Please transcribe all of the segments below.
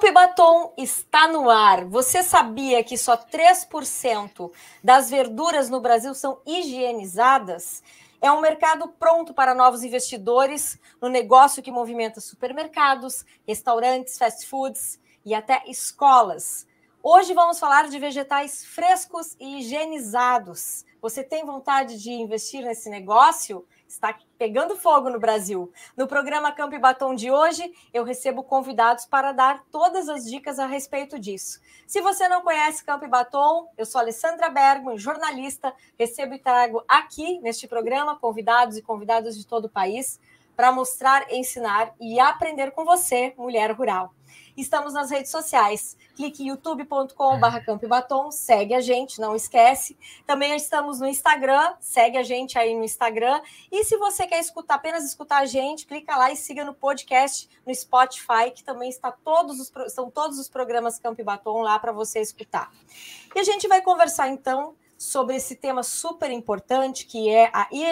Campo e Batom está no ar. Você sabia que só 3% das verduras no Brasil são higienizadas? É um mercado pronto para novos investidores no negócio que movimenta supermercados, restaurantes, fast foods e até escolas. Hoje vamos falar de vegetais frescos e higienizados. Você tem vontade de investir nesse negócio? Está pegando fogo no Brasil. No programa Campo e Batom de hoje, eu recebo convidados para dar todas as dicas a respeito disso. Se você não conhece Campo e Batom, eu sou Alessandra Bergman, jornalista, recebo e trago aqui neste programa convidados e convidadas de todo o país para mostrar, ensinar e aprender com você, mulher rural. Estamos nas redes sociais. Clique youtube.com/Campo e Batom, segue a gente, não esquece. Também estamos no Instagram, segue a gente aí no Instagram. E se você quer escutar, apenas escutar a gente, clica lá e siga no podcast, no Spotify, que também estão todos os programas Campo e Batom lá para você escutar. E a gente vai conversar, então, sobre esse tema super importante, que é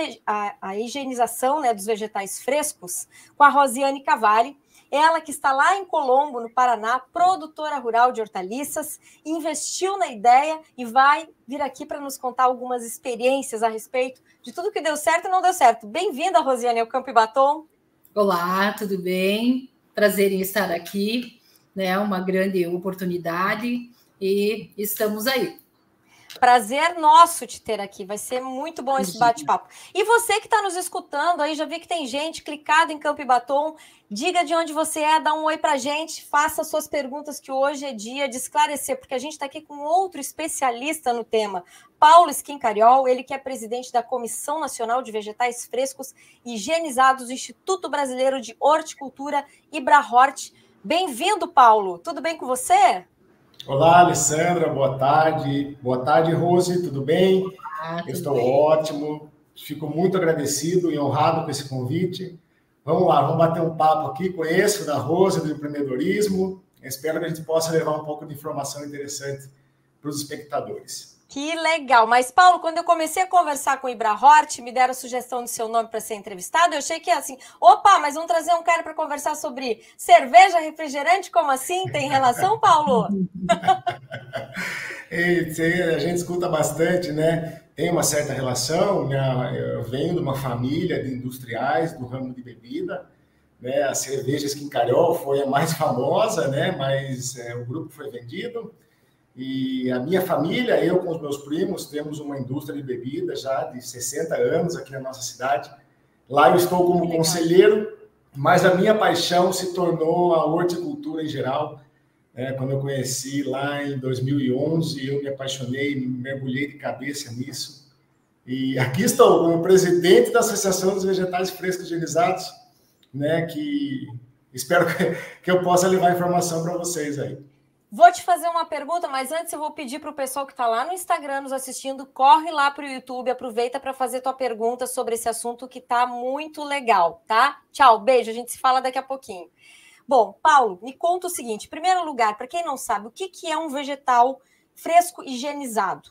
a higienização, né, dos vegetais frescos, com a Rosiane Cavalli. Ela que está lá em Colombo, no Paraná, produtora rural de hortaliças, investiu na ideia e vai vir aqui para nos contar algumas experiências a respeito de tudo que deu certo e não deu certo. Bem-vinda, Rosiane, ao Campo e Batom. Olá, tudo bem? Prazer em estar aqui, né? Uma grande oportunidade e estamos aí. Prazer nosso te ter aqui, vai ser muito bom esse bate-papo. E você que está nos escutando aí, já vi que tem gente clicado em Campo e Batom, diga de onde você é, dá um oi pra gente, faça suas perguntas, que hoje é dia de esclarecer, porque a gente está aqui com outro especialista no tema, Paulo Schincariol, ele que é presidente da Comissão Nacional de Vegetais Frescos e Higienizados do Instituto Brasileiro de Horticultura, IBRAHORT. Bem-vindo, Paulo, tudo bem com você? Olá, Alessandra, boa tarde. Boa tarde, Rose, tudo bem? Eu estou ótimo, fico muito agradecido e honrado com esse convite. Vamos lá, vamos bater um papo aqui. Conheço da Rose, do empreendedorismo. Espero que a gente possa levar um pouco de informação interessante para os espectadores. Que legal. Mas, Paulo, quando eu comecei a conversar com o IBRAHORT, me deram a sugestão do seu nome para ser entrevistado, eu achei que assim, opa, mas vamos trazer um cara para conversar sobre cerveja, refrigerante, como assim? Tem relação, Paulo? A gente escuta bastante, né? Tem uma certa relação, né? Eu venho de uma família de industriais do ramo de bebida, né? A cerveja Schincariol foi a mais famosa, né? Mas o grupo foi vendido. E a minha família, eu com os meus primos, temos uma indústria de bebida já de 60 anos aqui na nossa cidade. Lá eu estou como conselheiro, mas a minha paixão se tornou a horticultura em geral. Quando eu conheci lá em 2011, eu me apaixonei, me mergulhei de cabeça nisso. E aqui estou como presidente da Associação dos Vegetais Frescos Higienizados, né, que espero que eu possa levar informação para vocês aí. Vou te fazer uma pergunta, mas antes eu vou pedir para o pessoal que está lá no Instagram nos assistindo, corre lá para o YouTube, aproveita para fazer tua pergunta sobre esse assunto que está muito legal, tá? Tchau, beijo, a gente se fala daqui a pouquinho. Bom, Paulo, me conta o seguinte, em primeiro lugar, para quem não sabe, o que é um vegetal fresco higienizado?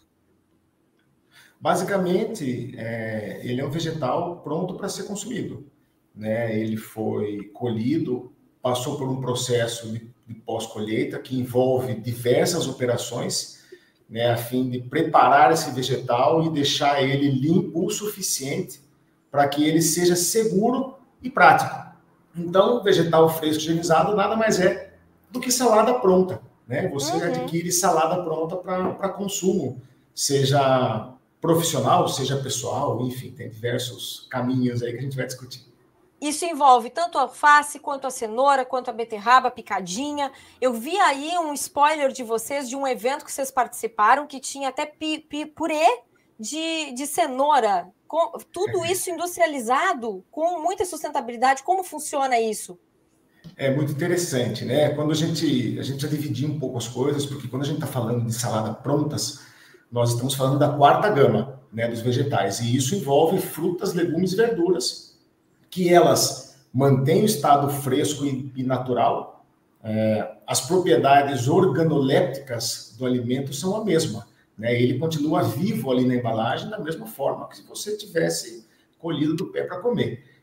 Basicamente, ele é um vegetal pronto para ser consumido, né? Ele foi colhido, passou por um processo de pós-colheita, que envolve diversas operações, né, a fim de preparar esse vegetal e deixar ele limpo o suficiente para que ele seja seguro e prático. Então, o vegetal fresco higienizado nada mais é do que salada pronta, né? Você adquire salada pronta para consumo, seja profissional, seja pessoal, enfim, tem diversos caminhos aí que a gente vai discutir. Isso envolve tanto a alface, quanto a cenoura, quanto a beterraba picadinha. Eu vi aí um spoiler de vocês, de um evento que vocês participaram, que tinha até purê de cenoura. Tudo isso industrializado, com muita sustentabilidade. Como funciona isso? É muito interessante, né? Quando a gente já dividir um pouco as coisas, porque quando a gente está falando de salada prontas, nós estamos falando da quarta gama, né, dos vegetais. E isso envolve frutas, legumes e verduras, que elas mantêm o estado fresco e natural. As propriedades organolépticas do alimento são a mesma, né? Ele continua vivo ali na embalagem da mesma forma que se você tivesse colhido do pé para comer.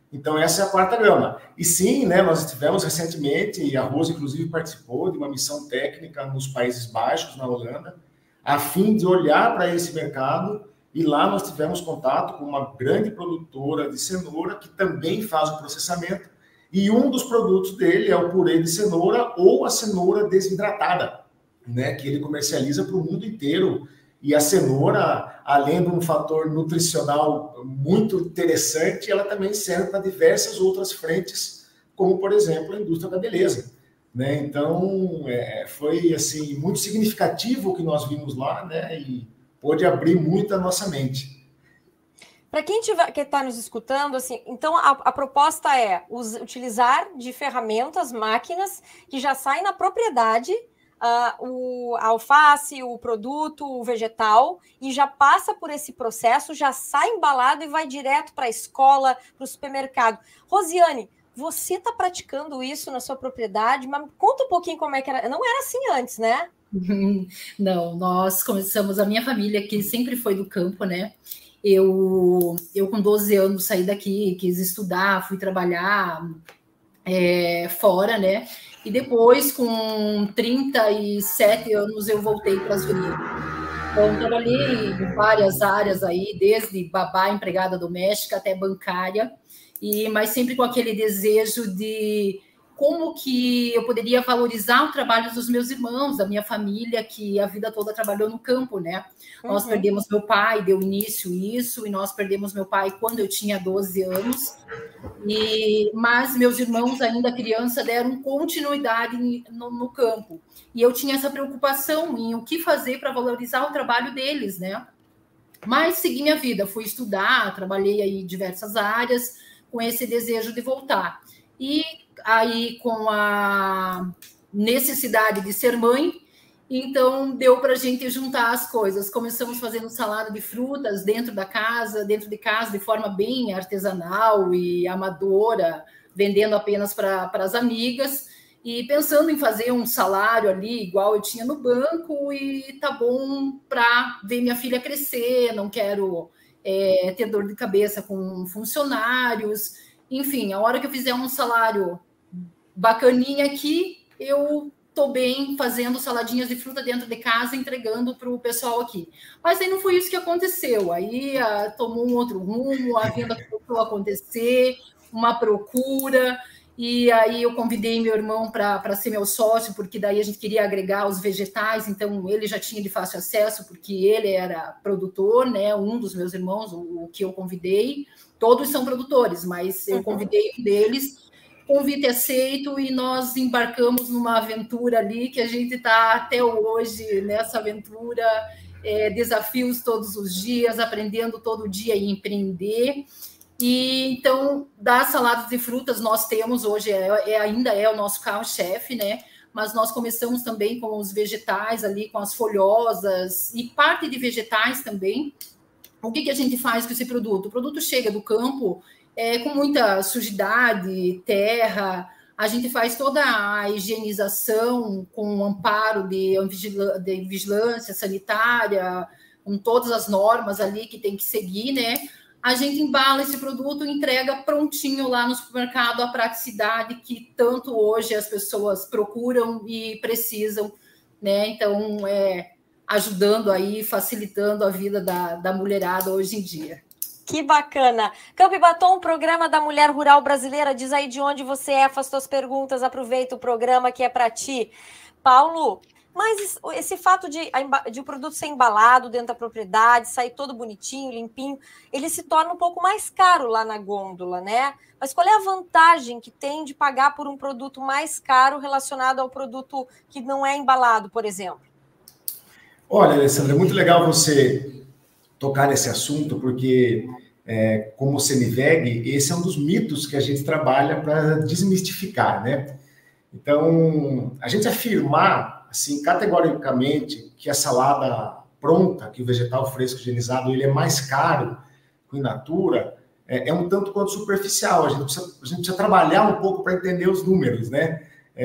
Então, essa é a quarta grama. E sim, né, nós tivemos recentemente, e a Rose, inclusive, participou de uma missão técnica nos Países Baixos, na Holanda, a fim de olhar para esse mercado, e lá nós tivemos contato com uma grande produtora de cenoura, que também faz o processamento, e um dos produtos dele é o purê de cenoura ou a cenoura desidratada, né, que ele comercializa para o mundo inteiro. E a cenoura, além de um fator nutricional muito interessante, ela também serve para diversas outras frentes, como, por exemplo, a indústria da beleza, né? Então, foi assim, muito significativo o que nós vimos lá, né? E pôde abrir muito a nossa mente. Para quem está nos escutando, assim, então a proposta é utilizar de ferramentas, máquinas, que já saem na propriedade, a alface, o produto, o vegetal, e já passa por esse processo, já sai embalado e vai direto para a escola, para o supermercado. Rosiane, você está praticando isso na sua propriedade, mas conta um pouquinho como é que era. Não era assim antes, né? Não, nós começamos, a minha família que sempre foi do campo, né? Eu com 12 anos saí daqui, quis estudar, fui trabalhar fora, né? E depois, com 37 anos, eu voltei para as vinícolas. Então, trabalhei em várias áreas aí, desde babá, empregada doméstica, até bancária, mas sempre com aquele desejo de como que eu poderia valorizar o trabalho dos meus irmãos, da minha família, que a vida toda trabalhou no campo, né? Uhum. Nós perdemos meu pai, deu início isso, e nós perdemos meu pai quando eu tinha 12 anos, mas meus irmãos, ainda criança, deram continuidade no campo. E eu tinha essa preocupação em o que fazer para valorizar o trabalho deles, né? Mas segui minha vida, fui estudar, trabalhei aí em diversas áreas, com esse desejo de voltar. E aí, com a necessidade de ser mãe, então deu para a gente juntar as coisas. Começamos fazendo salada de frutas dentro de casa, de forma bem artesanal e amadora, vendendo apenas para as amigas, e pensando em fazer um salário ali, igual eu tinha no banco, e tá bom para ver minha filha crescer, não quero ter dor de cabeça com funcionários. Enfim, a hora que eu fizer um salário bacaninha aqui, eu estou bem fazendo saladinhas de fruta dentro de casa, entregando para o pessoal aqui. Mas aí não foi isso que aconteceu. Aí tomou um outro rumo, a venda começou a acontecer, uma procura, e aí eu convidei meu irmão para ser meu sócio, porque daí a gente queria agregar os vegetais, então ele já tinha de fácil acesso, porque ele era produtor, né? Um dos meus irmãos, o que eu convidei, todos são produtores, mas eu convidei um deles, convite aceito, e nós embarcamos numa aventura ali que a gente está até hoje nessa aventura, desafios todos os dias, aprendendo todo dia e empreender. E então, das saladas de frutas, nós temos hoje, ainda é o nosso carro-chefe, né? Mas nós começamos também com os vegetais ali, com as folhosas, e parte de vegetais também. O que a gente faz com esse produto? O produto chega do campo com muita sujidade, terra. A gente faz toda a higienização com amparo de vigilância sanitária, com todas as normas ali que tem que seguir, né? A gente embala esse produto e entrega prontinho lá no supermercado, a praticidade que tanto hoje as pessoas procuram e precisam, né? Então, ajudando aí, facilitando a vida da mulherada hoje em dia. Que bacana. Campo e Batom, programa da Mulher Rural Brasileira. Diz aí de onde você é, faz suas perguntas, aproveita o programa que é para ti. Paulo, mas esse fato de o produto ser embalado dentro da propriedade, sair todo bonitinho, limpinho, ele se torna um pouco mais caro lá na gôndola, né? Mas qual é a vantagem que tem de pagar por um produto mais caro relacionado ao produto que não é embalado, por exemplo? Olha, Alessandra, é muito legal você tocar nesse assunto, porque, como CNVEG, esse é um dos mitos que a gente trabalha para desmistificar, né? Então, a gente afirmar, assim, categoricamente, que a salada pronta, que o vegetal fresco higienizado, ele é mais caro que o in natura, é um tanto quanto superficial. A gente precisa trabalhar um pouco para entender os números, né?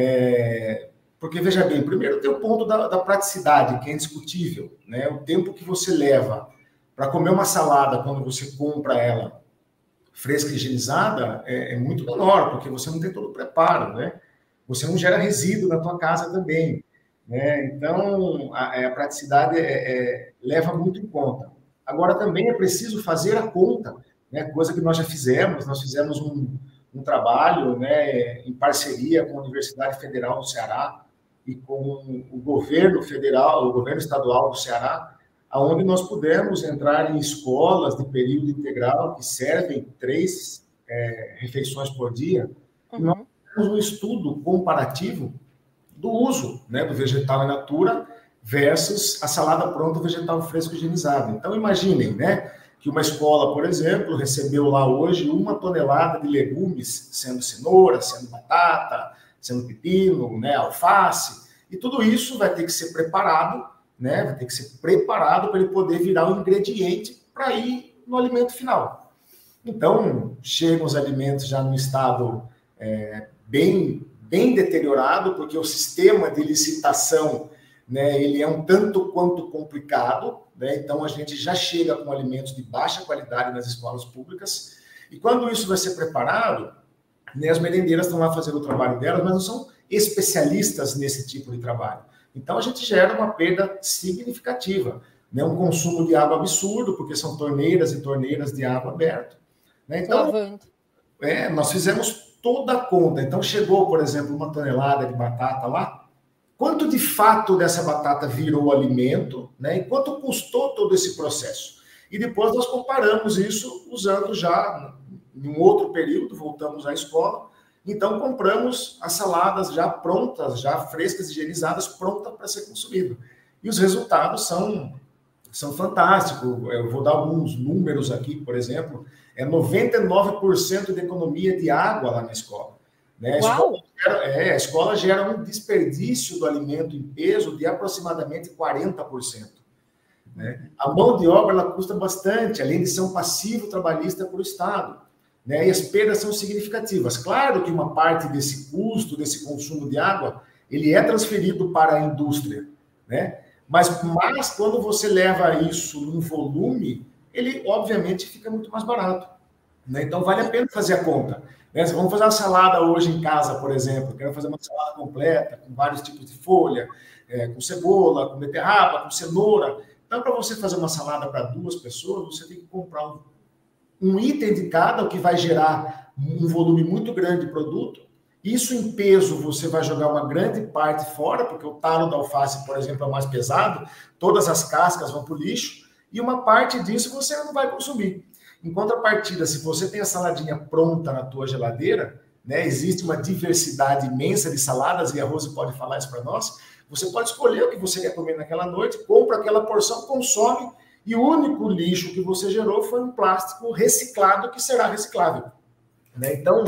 Porque, veja bem, primeiro tem o ponto da praticidade, que é indiscutível, né? O tempo que você leva para comer uma salada quando você compra ela fresca e higienizada é muito menor, porque você não tem todo o preparo, né? Você não gera resíduo na tua casa também, né? Então, a praticidade leva muito em conta. Agora, também é preciso fazer a conta, né? Coisa que nós já fizemos. Nós fizemos um trabalho, né, em parceria com a Universidade Federal do Ceará e com o governo federal, o governo estadual do Ceará, onde nós pudemos entrar em escolas de período integral que servem 3 refeições por dia. E nós temos um estudo comparativo do uso, né, do vegetal in natura versus a salada pronta vegetal fresco higienizado. Então, imaginem, né, que uma escola, por exemplo, recebeu lá hoje 1 tonelada de legumes, sendo cenoura, sendo batata, sendo pepino, né, alface, e tudo isso vai ter que ser preparado, né, vai ter que ser preparado para ele poder virar um ingrediente para ir no alimento final. Então, chegam os alimentos já no estado bem deteriorado, porque o sistema de licitação, né, ele é um tanto quanto complicado, né? Então a gente já chega com alimentos de baixa qualidade nas escolas públicas, e quando isso vai ser preparado, né, as merendeiras estão lá fazendo o trabalho delas, mas não são especialistas nesse tipo de trabalho. Então a gente gera uma perda significativa, né? Um consumo de água absurdo, porque são torneiras e torneiras de água aberta, né? Então, nós fizemos toda a conta. Então chegou, por exemplo, 1 tonelada de batata lá, quanto de fato dessa batata virou alimento, né? E quanto custou todo esse processo? E depois nós comparamos isso usando já, em um outro período, voltamos à escola, então compramos as saladas já prontas, já frescas, higienizadas, prontas para ser consumido. E os resultados são fantásticos. Eu vou dar alguns números aqui, por exemplo, 99% de economia de água lá na escola. Né? A escola gera um desperdício do alimento em peso de aproximadamente 40%. Né? A mão de obra ela custa bastante, além de ser um passivo trabalhista para o Estado. Né? E as perdas são significativas. Claro que uma parte desse custo, desse consumo de água, ele é transferido para a indústria. Né? Mas quando você leva isso num volume, ele obviamente fica muito mais barato. Né? Então vale a pena fazer a conta. Né? Vamos fazer uma salada hoje em casa, por exemplo. Quero fazer uma salada completa, com vários tipos de folha, com cebola, com beterraba, com cenoura. Então, para você fazer uma salada para 2 pessoas, você tem que comprar um item de cada, o que vai gerar um volume muito grande de produto. Isso em peso, você vai jogar uma grande parte fora, porque o talo da alface, por exemplo, é mais pesado, todas as cascas vão para o lixo, e uma parte disso você não vai consumir. Em contrapartida, se você tem a saladinha pronta na tua geladeira, né, existe uma diversidade imensa de saladas, e a Rose pode falar isso para nós, você pode escolher o que você quer comer naquela noite, compra aquela porção, consome, e o único lixo que você gerou foi um plástico reciclado que será reciclável. Né? Então,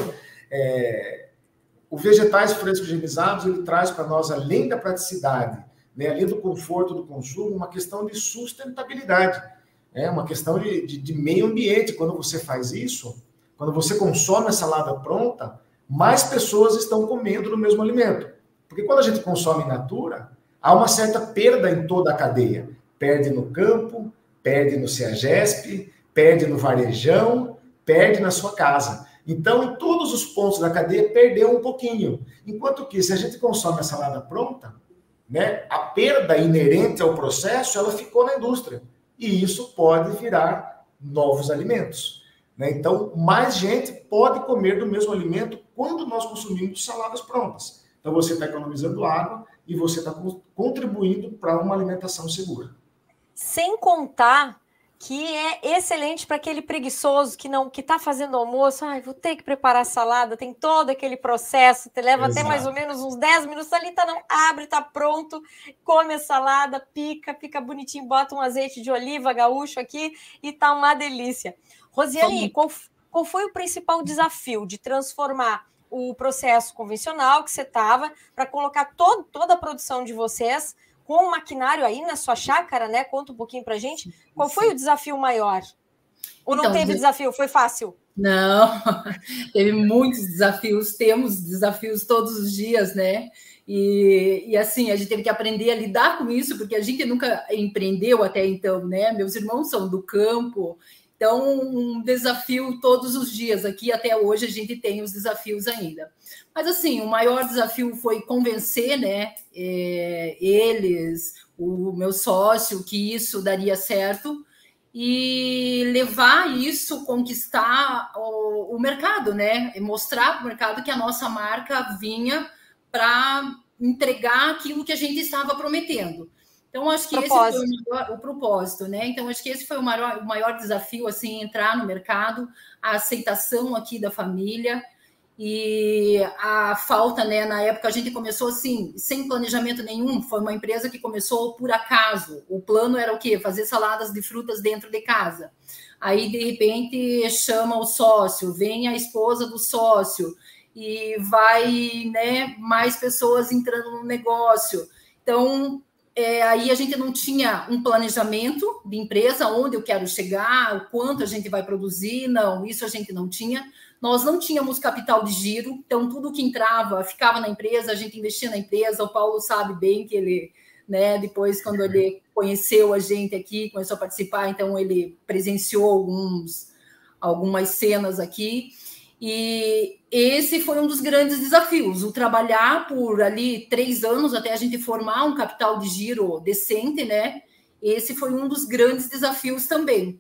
o vegetais frescos higienizados, ele traz para nós, além da praticidade, né, além do conforto do consumo, uma questão de sustentabilidade. É uma questão de meio ambiente. Quando você faz isso, quando você consome a salada pronta, mais pessoas estão comendo do mesmo alimento. Porque quando a gente consome in natura, há uma certa perda em toda a cadeia. Perde no campo, perde no CEAGESP, perde no varejão, perde na sua casa. Então, em todos os pontos da cadeia, perdeu um pouquinho. Enquanto que, se a gente consome a salada pronta, né, a perda inerente ao processo, ela ficou na indústria. E isso pode virar novos alimentos. Né? Então, mais gente pode comer do mesmo alimento quando nós consumimos saladas prontas. Então, você está economizando água e você está contribuindo para uma alimentação segura. Sem contar que é excelente para aquele preguiçoso que está fazendo almoço, vou ter que preparar a salada, tem todo aquele processo, leva até mais ou menos uns 10 minutos ali, abre, tá pronto, come a salada, fica bonitinho, bota um azeite de oliva gaúcho aqui e tá uma delícia. Rosiane, qual foi o principal desafio de transformar o processo convencional que você estava para colocar toda a produção de vocês com o maquinário aí na sua chácara, né? Conta um pouquinho pra gente. Qual foi o desafio maior? Ou não teve desafio? Foi fácil? Não, teve muitos desafios. Temos desafios todos os dias, né? E assim, a gente teve que aprender a lidar com isso, porque a gente nunca empreendeu até então, né? Meus irmãos são do campo, Então, um desafio todos os dias. Aqui até hoje a gente tem os desafios ainda. Mas, assim, o maior desafio foi convencer, né, eles, o meu sócio, que isso daria certo e levar isso, conquistar o mercado, né? E mostrar para o mercado que a nossa marca vinha para entregar aquilo que a gente estava prometendo. Então, acho que esse foi o propósito, né? Então, acho que esse foi o maior desafio, assim, entrar no mercado, a aceitação aqui da família e a falta, né? Na época, a gente começou, assim, sem planejamento nenhum, foi uma empresa que começou por acaso. O plano era o quê? Fazer saladas de frutas dentro de casa. Aí, de repente, chama o sócio, vem a esposa do sócio e vai, né, mais pessoas entrando no negócio. Então, aí a gente não tinha um planejamento de empresa, onde eu quero chegar, o quanto a gente vai produzir, não, isso a gente não tinha. Nós não tínhamos capital de giro, então tudo que entrava ficava na empresa, a gente investia na empresa. O Paulo sabe bem que ele, né, depois quando ele conheceu a gente aqui, começou a participar, então ele presenciou algumas cenas aqui. E esse foi um dos grandes desafios, o trabalhar por ali 3 anos até a gente formar um capital de giro decente, né? Esse foi um dos grandes desafios também.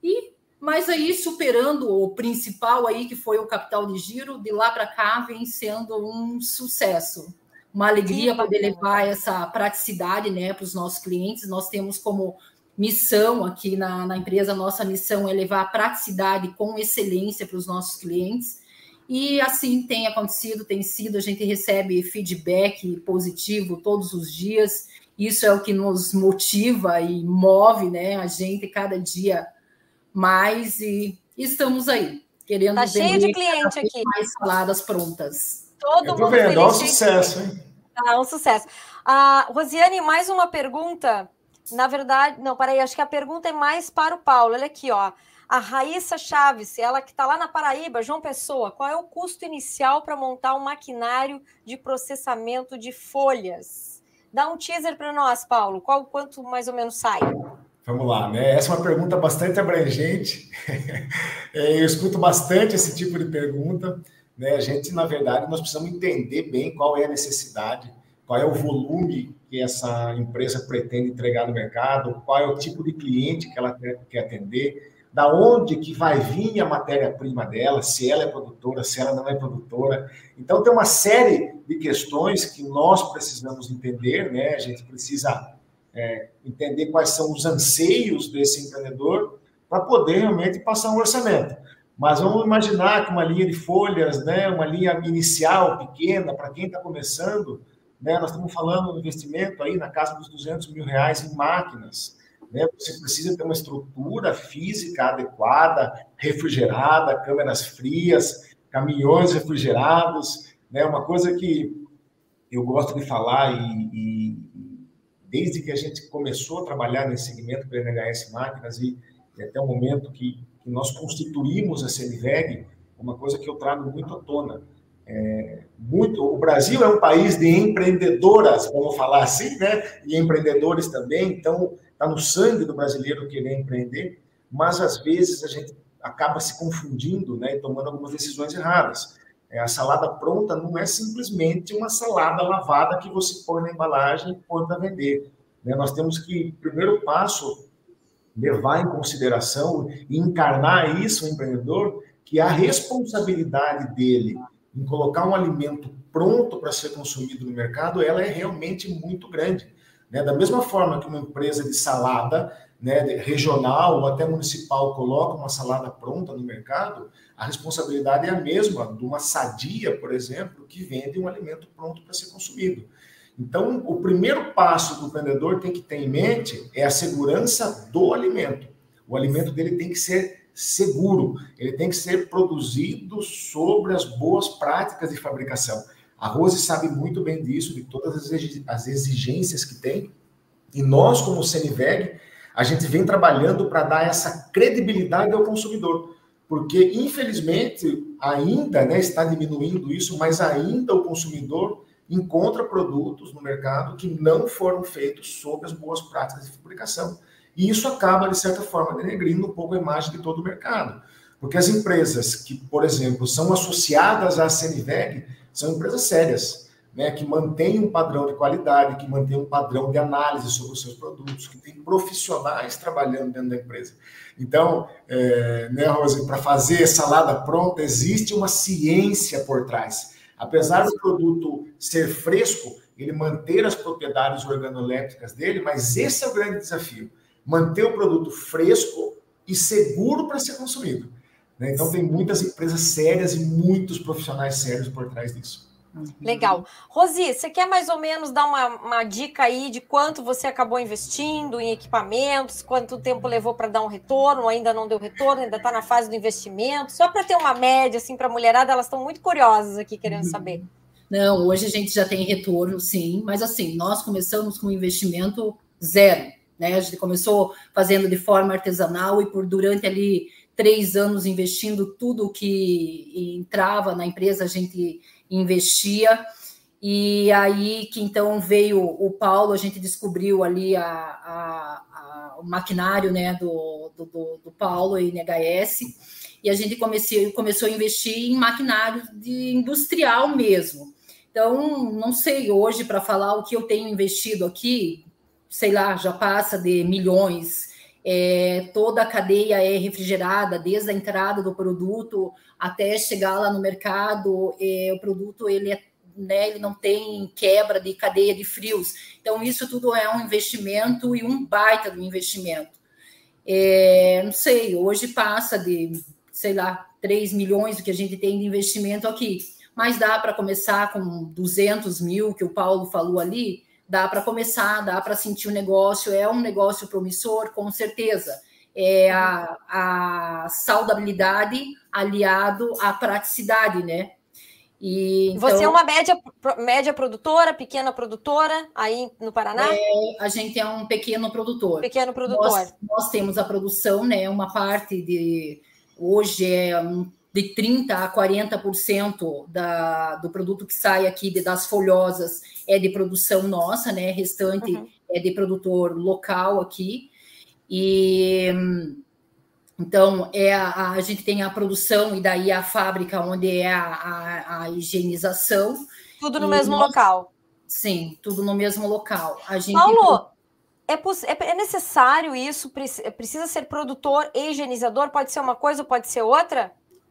Mas aí, superando o principal aí, que foi o capital de giro, de lá para cá vem sendo um sucesso. Uma alegria poder levar essa praticidade, né, para os nossos clientes. Nós temos como missão aqui na empresa, nossa missão é levar a praticidade com excelência para os nossos clientes, e assim tem acontecido, tem sido, a gente recebe feedback positivo todos os dias, isso é o que nos motiva e move, né, a gente cada dia mais, e estamos aí, querendo tá cheio de cliente aqui, mais saladas prontas. Eu tô vendo, é um sucesso, hein? É um sucesso. Rosiane, mais uma pergunta. Na verdade, não, peraí, acho que a pergunta é mais para o Paulo. Olha aqui, ó. A Raíssa Chaves, ela que está lá na Paraíba, João Pessoa, qual é o custo inicial para montar um maquinário de processamento de folhas? Dá um teaser para nós, Paulo. Quanto mais ou menos sai? Vamos lá, né? Essa é uma pergunta bastante abrangente. Eu escuto bastante esse tipo de pergunta, né? A gente, na verdade, nós precisamos entender bem qual é a necessidade, qual é o volume que essa empresa pretende entregar no mercado, qual é o tipo de cliente que ela quer atender, da onde que vai vir a matéria-prima dela, se ela é produtora, se ela não é produtora. Então, tem uma série de questões que nós precisamos entender, né? A gente precisa entender quais são os anseios desse empreendedor para poder realmente passar um orçamento. Mas vamos imaginar que uma linha de folhas, né, uma linha inicial pequena, para quem está começando, né, nós estamos falando de um investimento aí na casa dos R$200 mil em máquinas. Né? Você precisa ter uma estrutura física adequada, refrigerada, câmeras frias, caminhões refrigerados. Né? Uma coisa que eu gosto de falar e desde que a gente começou a trabalhar nesse segmento para NHS Máquinas e até o momento que nós constituímos a CNVEG, uma coisa que eu trago muito à tona. O Brasil é um país de empreendedoras, vamos falar assim, né? E empreendedores também, então está no sangue do brasileiro querer empreender, mas às vezes a gente acaba se confundindo, né? E tomando algumas decisões erradas. A salada pronta não é simplesmente uma salada lavada que você põe na embalagem e põe para vender. Né? Nós temos que, primeiro passo, levar em consideração e encarnar isso, o empreendedor, que a responsabilidade dele em colocar um alimento pronto para ser consumido no mercado, ela é realmente muito grande. Né? Da mesma forma que uma empresa de salada, né, regional ou até municipal coloca uma salada pronta no mercado, a responsabilidade é a mesma de uma Sadia, por exemplo, que vende um alimento pronto para ser consumido. Então, o primeiro passo do empreendedor tem que ter em mente é a segurança do alimento. O alimento dele tem que ser seguro, ele tem que ser produzido sobre as boas práticas de fabricação. A Rose sabe muito bem disso, de todas as exigências que tem, e nós, como CNVEG, a gente vem trabalhando para dar essa credibilidade ao consumidor, porque, infelizmente, ainda, né, está diminuindo isso, mas ainda o consumidor encontra produtos no mercado que não foram feitos sob as boas práticas de fabricação. E isso acaba, de certa forma, denegrindo um pouco a imagem de todo o mercado. Porque as empresas que, por exemplo, são associadas à CNVEG são empresas sérias, né, que mantêm um padrão de qualidade, que mantêm um padrão de análise sobre os seus produtos, que tem profissionais trabalhando dentro da empresa. Então, né, Rose, para fazer salada pronta, existe uma ciência por trás. Apesar do produto ser fresco, ele manter as propriedades organolépticas dele, mas esse é o grande desafio, manter o produto fresco e seguro para ser consumido. Né? Então, tem muitas empresas sérias e muitos profissionais sérios por trás disso. Legal. Rosi, você quer mais ou menos dar uma dica aí de quanto você acabou investindo em equipamentos, quanto tempo levou para dar um retorno, ainda não deu retorno, ainda está na fase do investimento? Só para ter uma média, assim, para a mulherada, elas estão muito curiosas aqui querendo saber. Não, hoje a gente já tem retorno, sim, mas assim, nós começamos com investimento zero, né? A gente começou fazendo de forma artesanal e durante ali 3 anos investindo tudo que entrava na empresa, a gente investia, e aí que então veio o Paulo, a gente descobriu ali o maquinário, né, do Paulo, NHS, e a gente começou a investir em maquinário industrial mesmo. Então, não sei hoje para falar o que eu tenho investido aqui, sei lá, já passa de milhões. Toda a cadeia é refrigerada, desde a entrada do produto até chegar lá no mercado. O produto ele não tem quebra de cadeia de frios. Então, isso tudo é um investimento e um baita do investimento. Não sei, hoje passa de, sei lá, 3 milhões do que a gente tem de investimento aqui. Mas dá para começar com 200 mil, que o Paulo falou ali, dá para começar, dá para sentir o negócio, é um negócio promissor, com certeza. É a saudabilidade aliado à praticidade, né? E, então, você é uma média produtora, pequena produtora, aí no Paraná? A gente é um pequeno produtor. Pequeno produtor. Nós temos a produção, né? Uma parte de... Hoje de 30% a 40% do produto que sai aqui das folhosas é de produção nossa, né? Restante é de produtor local aqui. E então a gente tem a produção e daí a fábrica onde é a higienização. Tudo no mesmo local. Sim, tudo no mesmo local. Paulo, é necessário isso? Precisa ser produtor e higienizador? Pode ser uma coisa ou pode ser outra?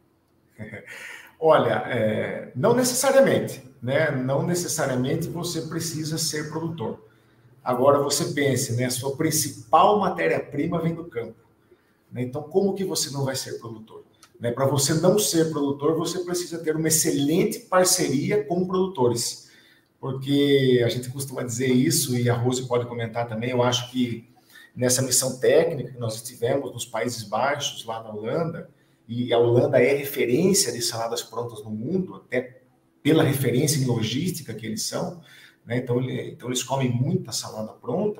Olha, não necessariamente, né? Não necessariamente você precisa ser produtor. Agora você pense, né? A sua principal matéria-prima vem do campo. Né? Então, como que você não vai ser produtor? Né? Para você não ser produtor, você precisa ter uma excelente parceria com produtores. Porque a gente costuma dizer isso, e a Rose pode comentar também, eu acho que nessa missão técnica que nós estivemos nos Países Baixos, lá na Holanda, e a Holanda é referência de saladas prontas no mundo, até pela referência em logística que eles são, né? Então eles comem muita salada pronta.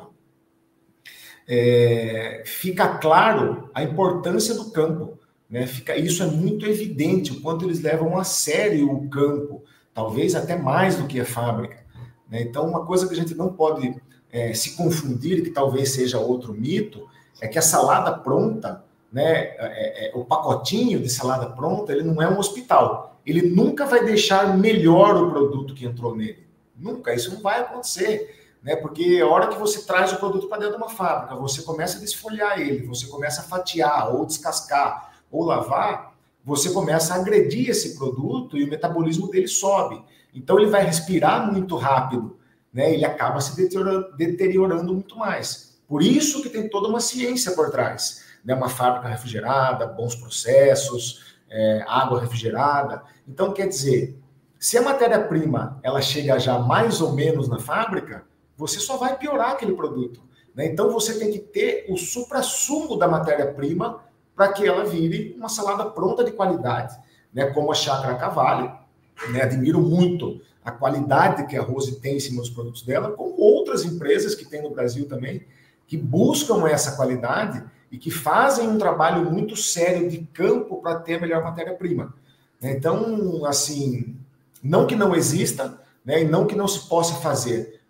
Fica claro a importância do campo, né? Isso é muito evidente, o quanto eles levam a sério o campo, talvez até mais do que a fábrica. Né? Então, uma coisa que a gente não pode se confundir, que talvez seja outro mito, é que a salada pronta, né, o pacotinho de salada pronta, ele não é um hospital. Ele nunca vai deixar melhor o produto que entrou nele. Nunca, isso não vai acontecer. Né? Porque a hora que você traz o produto para dentro de uma fábrica, você começa a desfolhar ele, você começa a fatiar, ou descascar, ou lavar, você começa a agredir esse produto e o metabolismo dele sobe. Então ele vai respirar muito rápido, né? Ele acaba se deteriorando muito mais. Por isso que tem toda uma ciência por trás. Né? Uma fábrica refrigerada, bons processos, água refrigerada. Então, quer dizer, se a matéria-prima ela chega já mais ou menos na fábrica, você só vai piorar aquele produto. Né? Então, você tem que ter o suprassumo da matéria-prima para que ela vire uma salada pronta de qualidade, né? Como a Chácara Cavalli, né? Admiro muito a qualidade que a Rose tem em cima dos produtos dela, como outras empresas que tem no Brasil também, que buscam essa qualidade e que fazem um trabalho muito sério de campo para ter a melhor matéria-prima. Então, assim, não que não exista, né? E não que não se possa fazer,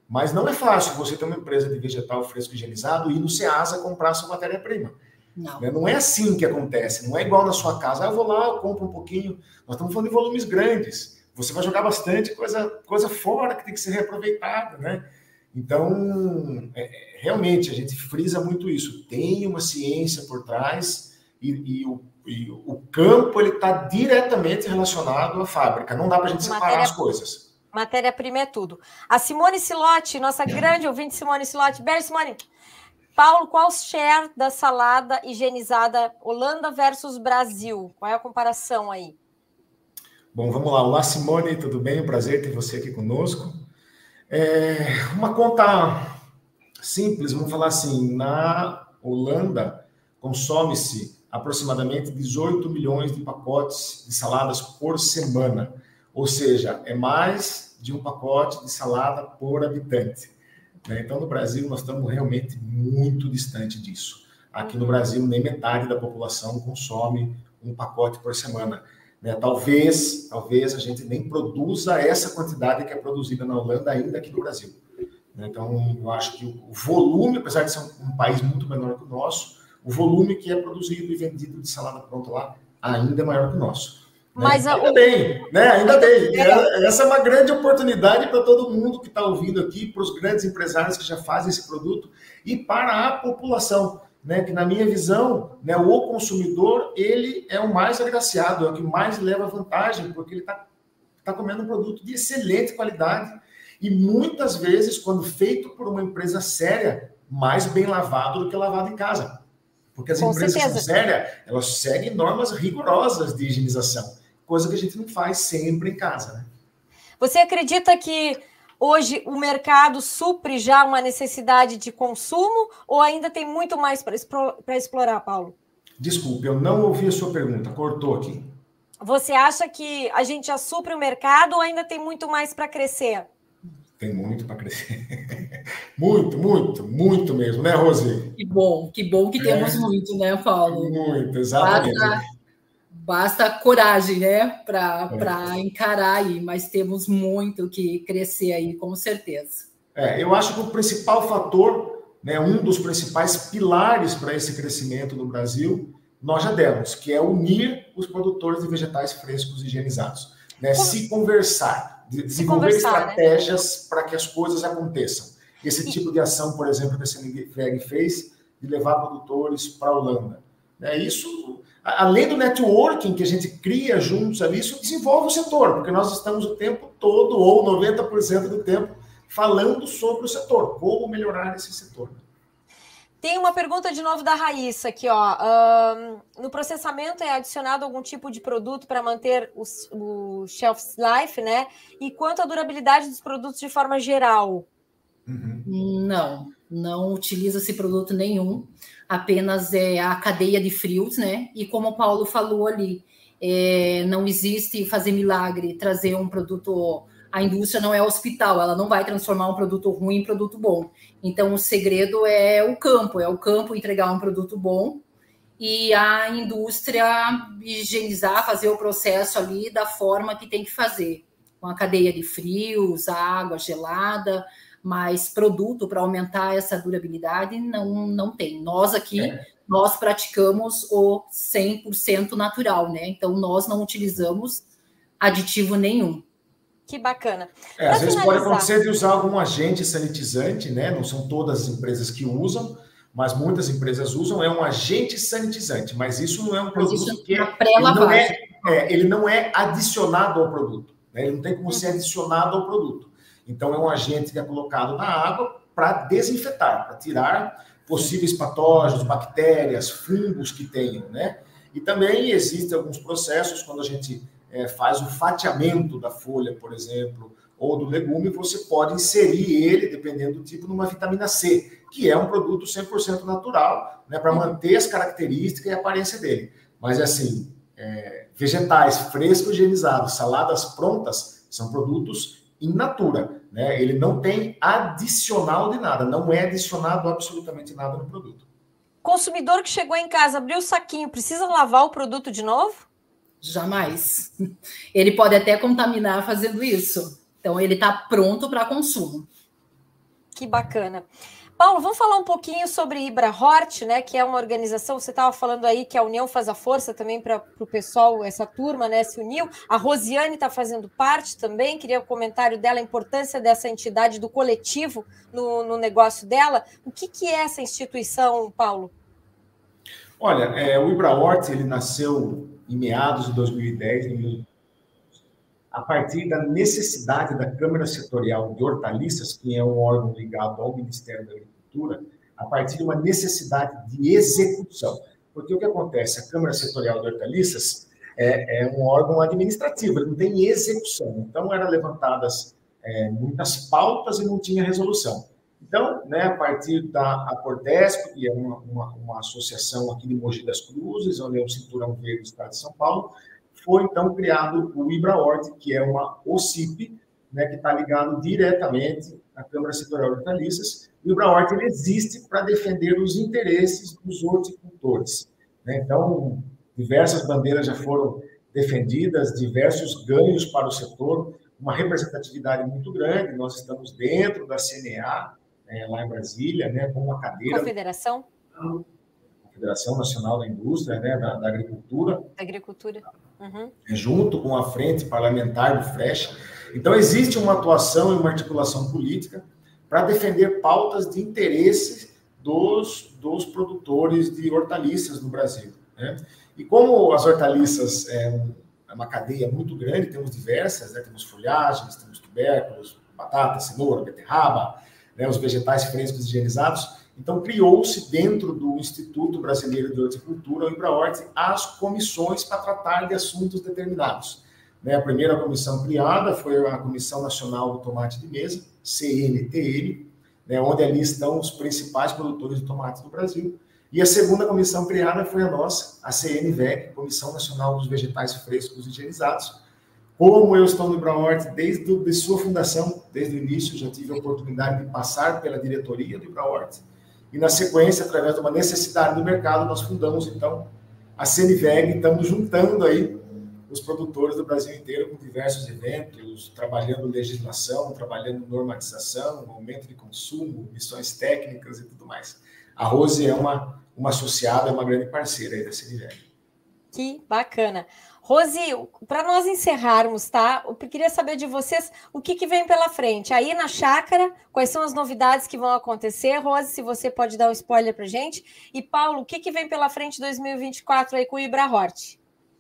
Mas não é fácil você ter uma empresa de vegetal fresco higienizado e ir no Ceasa comprar sua matéria-prima. Não é assim que acontece, não é igual na sua casa. Eu vou lá, eu compro um pouquinho. Nós estamos falando de volumes grandes. Você vai jogar bastante coisa fora que tem que ser reaproveitada, né? Então, realmente, a gente frisa muito isso. Tem uma ciência por trás e o campo está diretamente relacionado à fábrica. Não dá para a gente separar as coisas. Matéria-prima é tudo. A Simone Silotti, nossa grande ouvinte Simone Silotti. Beijo, Simone. Paulo, qual o share da salada higienizada Holanda versus Brasil? Qual é a comparação aí? Bom, vamos lá. Olá, Simone, tudo bem? Prazer ter você aqui conosco. Uma conta simples, vamos falar assim, na Holanda consome-se aproximadamente 18 milhões de pacotes de saladas por semana, ou seja, é mais de um pacote de salada por habitante. Então, no Brasil, nós estamos realmente muito distante disso. Aqui no Brasil, nem metade da população consome um pacote por semana. Talvez a gente nem produza essa quantidade que é produzida na Holanda ainda aqui no Brasil. Então, eu acho que o volume, apesar de ser um país muito menor que o nosso, o volume que é produzido e vendido de salada pronta lá ainda é maior que o nosso. Mas ainda bem, né? Ainda bem. Essa é uma grande oportunidade para todo mundo que está ouvindo aqui, para os grandes empresários que já fazem esse produto e para a população. Que na minha visão, o consumidor, ele é o mais agraciado, é o que mais leva vantagem, porque ele está comendo um produto de excelente qualidade e muitas vezes, quando feito por uma empresa séria, mais bem lavado do que lavado em casa. Porque as empresas são sérias, elas seguem normas rigorosas de higienização, coisa que a gente não faz sempre em casa, né? Você acredita que hoje o mercado supre já uma necessidade de consumo ou ainda tem muito mais para explorar, Paulo? Desculpe, eu não ouvi a sua pergunta, cortou aqui. Você acha que a gente já supre o mercado ou ainda tem muito mais para crescer? Tem muito para crescer. Muito mesmo, né, Rose? Que bom que temos muito, né, Paulo? Muito, exatamente. Basta coragem, né, para encarar aí, mas temos muito que crescer aí, com certeza. Eu acho que o principal fator, um dos principais pilares para esse crescimento no Brasil, nós já demos, que é unir os produtores de vegetais frescos e higienizados. Se conversar, desenvolver estratégias, né, para que as coisas aconteçam. Esse tipo de ação, por exemplo, que a CNVEG fez, de levar produtores para a Holanda. Isso, além do networking que a gente cria juntos ali, isso desenvolve o setor, porque nós estamos o tempo todo, ou 90% do tempo, falando sobre o setor, como melhorar esse setor. Tem uma pergunta de novo da Raíssa aqui, no processamento é adicionado algum tipo de produto para manter o shelf life, né? E quanto à durabilidade dos produtos de forma geral? Não utiliza-se produto nenhum, apenas a cadeia de frios, né? E como o Paulo falou ali, não existe fazer milagre, trazer um produto. A indústria não é hospital, ela não vai transformar um produto ruim em produto bom. Então, o segredo é o campo entregar um produto bom e a indústria higienizar, fazer o processo ali da forma que tem que fazer, com a cadeia de frios, água gelada, mas produto para aumentar essa durabilidade não tem. Nós aqui, nós praticamos o 100% natural, né? Então, nós não utilizamos aditivo nenhum. Que bacana. Às vezes pode acontecer de usar algum agente sanitizante, né? Não são todas as empresas que usam, mas muitas empresas usam, é um agente sanitizante, mas isso não é um produto que ele não é adicionado ao produto, né? Ele não tem como ser adicionado ao produto. Então é um agente que é colocado na água para desinfetar, para tirar possíveis patógenos, bactérias, fungos que tenham, né? E também existem alguns processos quando a gente faz o fatiamento da folha, por exemplo, ou do legume, você pode inserir ele, dependendo do tipo, numa vitamina C, que é um produto 100% natural, né, para manter as características e a aparência dele. Mas, assim, vegetais frescos, higienizados, saladas prontas, são produtos in natura, né? Ele não tem adicional de nada, não é adicionado absolutamente nada no produto. Consumidor que chegou em casa, abriu o saquinho, precisa lavar o produto de novo? Jamais. Ele pode até contaminar fazendo isso. Então, ele está pronto para consumo. Que bacana. Paulo, vamos falar um pouquinho sobre IBRAHORT, né, que é uma organização, você estava falando aí que a União faz a força também para o pessoal, essa turma, né, se uniu. A Rosiane está fazendo parte também, queria o comentário dela, a importância dessa entidade, do coletivo no negócio dela. O que é essa instituição, Paulo? Olha, o IBRAHORT, ele nasceu em meados de 2010, a partir da necessidade da Câmara Setorial de Hortaliças, que é um órgão ligado ao Ministério da Agricultura, a partir de uma necessidade de execução. Porque o que acontece? A Câmara Setorial de Hortaliças é um órgão administrativo, ele não tem execução. Então, eram levantadas muitas pautas e não tinha resolução. Então, né, a partir da Acordesp, que é uma associação aqui de Mogi das Cruzes, onde é o Cinturão Verde do Estado de São Paulo, foi, então, criado o IBRAHORT, que é uma OCIP, né, que está ligado diretamente à Câmara Setorial de Hortaliças. O IBRAHORT ele existe para defender os interesses dos horticultores, né? Então, diversas bandeiras já foram defendidas, diversos ganhos para o setor, uma representatividade muito grande. Nós estamos dentro da CNA, lá em Brasília, né, com uma cadeira... Confederação? Federação Nacional da Indústria, né, da Agricultura. Da Agricultura. Uhum. Junto com a Frente Parlamentar do FRESH. Então, existe uma atuação e uma articulação política para defender pautas de interesse dos produtores de hortaliças no Brasil, né? E como as hortaliças é uma cadeia muito grande, temos diversas, né? Temos folhagens, temos tubérculos, batata, cenoura, beterraba, né? Os vegetais frescos higienizados. Então, criou-se dentro do Instituto Brasileiro de Horticultura, o IBRAHORT, as comissões para tratar de assuntos determinados. A primeira comissão criada foi a Comissão Nacional do Tomate de Mesa, CNTM, onde ali estão os principais produtores de tomate do Brasil. E a segunda comissão criada foi a nossa, a CNVEG, Comissão Nacional dos Vegetais Frescos Higienizados. Como eu estou no IBRAHORT desde sua fundação, desde o início, já tive a oportunidade de passar pela diretoria do IBRAHORT. E, na sequência, através de uma necessidade do mercado, nós fundamos, então, a CNVEG, e estamos juntando aí os produtores do Brasil inteiro com diversos eventos, trabalhando legislação, trabalhando normatização, aumento de consumo, missões técnicas e tudo mais. A Rose é uma associada, é uma grande parceira aí da CNVEG. Que bacana. Rose, para nós encerrarmos, tá? Eu queria saber de vocês o que vem pela frente. Aí na chácara, quais são as novidades que vão acontecer? Rose, se você pode dar um spoiler para gente. E Paulo, o que vem pela frente em 2024 aí com o IBRAHORT?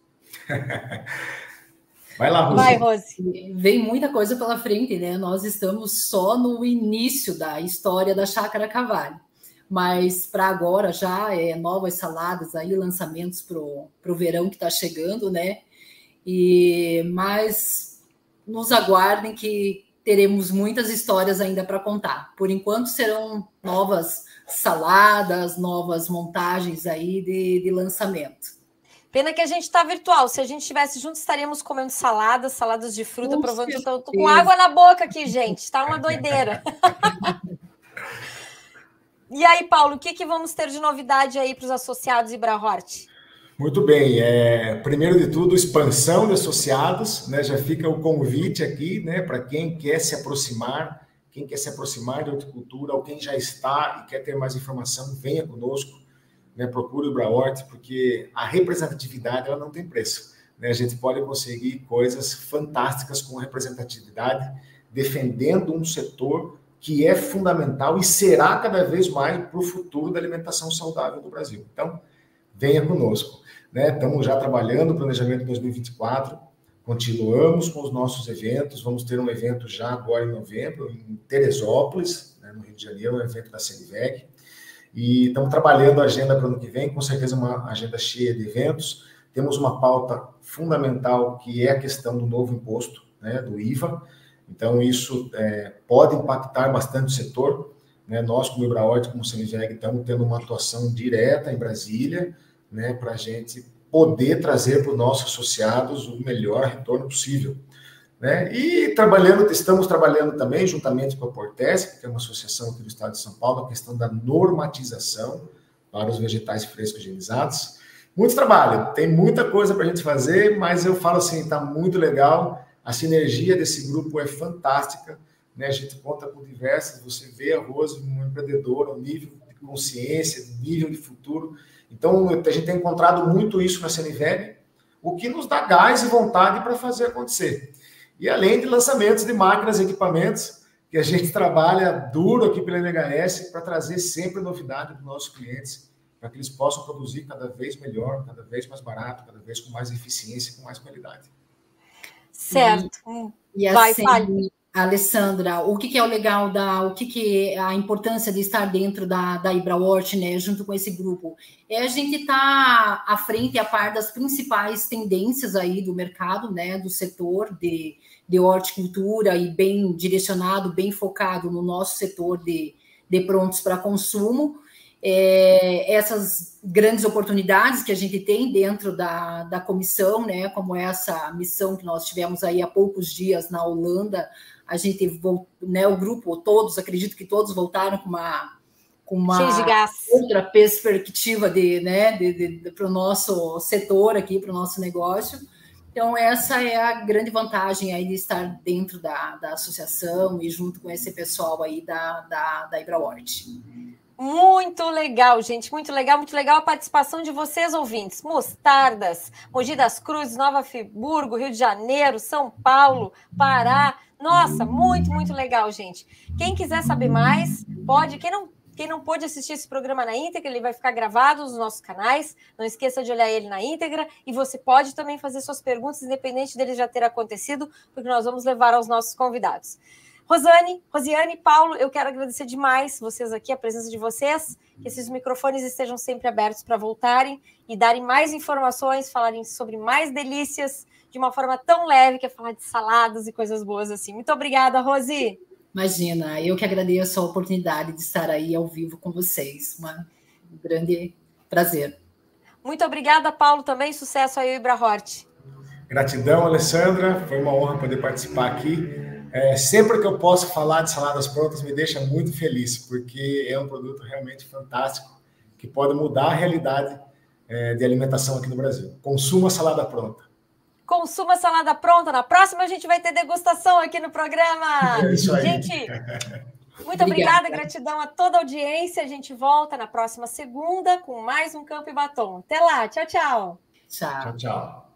Vai lá, Rose. Vai, Rose. Vem muita coisa pela frente, né? Nós estamos só no início da história da Chácara Cavalli. Mas para agora já novas saladas aí, lançamentos pro verão que está chegando, né? Mas nos aguardem que teremos muitas histórias ainda para contar. Por enquanto serão novas saladas, novas montagens aí de lançamento. Pena que a gente está virtual. Se a gente estivesse juntos, estaríamos comendo saladas de fruta, provando. Estou com água na boca aqui, gente. Está uma doideira. E aí, Paulo, o que vamos ter de novidade aí para os associados IBRAHORT? Muito bem. Primeiro de tudo, expansão de associados, né? Já fica o convite aqui, né, para quem quer se aproximar de horticultura, ou quem já está e quer ter mais informação, venha conosco, né? Procure o IBRAHORT, porque a representatividade ela não tem preço, né? A gente pode conseguir coisas fantásticas com representatividade, defendendo um setor que é fundamental e será cada vez mais para o futuro da alimentação saudável do Brasil. Então, venha conosco, né? Estamos já trabalhando o planejamento de 2024, continuamos com os nossos eventos, vamos ter um evento já agora em novembro, em Teresópolis, né, no Rio de Janeiro, um evento da CNVEG, e estamos trabalhando a agenda para o ano que vem, com certeza uma agenda cheia de eventos. Temos uma pauta fundamental, que é a questão do novo imposto, né, do IVA. Então, isso pode impactar bastante o setor, né? Nós, como IBRAHORT, como CNVEG, estamos tendo uma atuação direta em Brasília, né, para a gente poder trazer para os nossos associados o melhor retorno possível, né? E estamos trabalhando também, juntamente com a Portesp, que é uma associação aqui do Estado de São Paulo, a questão da normatização para os vegetais frescos higienizados. Muito trabalho, tem muita coisa para a gente fazer, mas eu falo assim, está muito legal. A sinergia desse grupo é fantástica, né? A gente conta com diversas, você vê a Rose uma empreendedora, um nível de consciência, um nível de futuro. Então, a gente tem encontrado muito isso na CNVEG, o que nos dá gás e vontade para fazer acontecer. E além de lançamentos de máquinas e equipamentos, que a gente trabalha duro aqui pela NHS para trazer sempre novidade para os nossos clientes, para que eles possam produzir cada vez melhor, cada vez mais barato, cada vez com mais eficiência, com mais qualidade. Certo. E assim, Alessandra, o que é o legal o que é a importância de estar dentro da IbraWatch, né, junto com esse grupo? É a gente estar à frente e a par das principais tendências aí do mercado, né, do setor de horticultura e bem direcionado, bem focado no nosso setor de prontos para consumo. Essas grandes oportunidades que a gente tem dentro da comissão, né, como essa missão que nós tivemos aí há poucos dias na Holanda, a gente, né, o grupo, todos, acredito que todos voltaram com uma outra perspectiva para o nosso setor aqui, para o nosso negócio. Então, essa é a grande vantagem aí de estar dentro da associação e junto com esse pessoal aí da IbraWatch. Muito legal, gente, muito legal a participação de vocês, ouvintes. Mostardas, Mogi das Cruzes, Nova Friburgo, Rio de Janeiro, São Paulo, Pará. Nossa, muito legal, gente. Quem quiser saber mais, pode. Quem não pôde assistir esse programa na íntegra, ele vai ficar gravado nos nossos canais. Não esqueça de olhar ele na íntegra. E você pode também fazer suas perguntas, independente dele já ter acontecido, porque nós vamos levar aos nossos convidados. Rosiane, Paulo, eu quero agradecer demais vocês aqui, a presença de vocês, que esses microfones estejam sempre abertos para voltarem e darem mais informações, falarem sobre mais delícias, de uma forma tão leve, que é falar de saladas e coisas boas assim. Muito obrigada, Rosi. Imagina, eu que agradeço a oportunidade de estar aí ao vivo com vocês. Um grande prazer. Muito obrigada, Paulo, também. Sucesso aí, IbraHort. Gratidão, Alessandra. Foi uma honra poder participar aqui. Sempre que eu posso falar de saladas prontas, me deixa muito feliz, porque é um produto realmente fantástico, que pode mudar a realidade de alimentação aqui no Brasil. Consuma salada pronta. Consuma salada pronta. Na próxima a gente vai ter degustação aqui no programa. É isso aí. Gente, muito obrigada, gratidão a toda a audiência. A gente volta na próxima segunda com mais um Campo e Batom. Até lá, tchau, tchau. Tchau, tchau.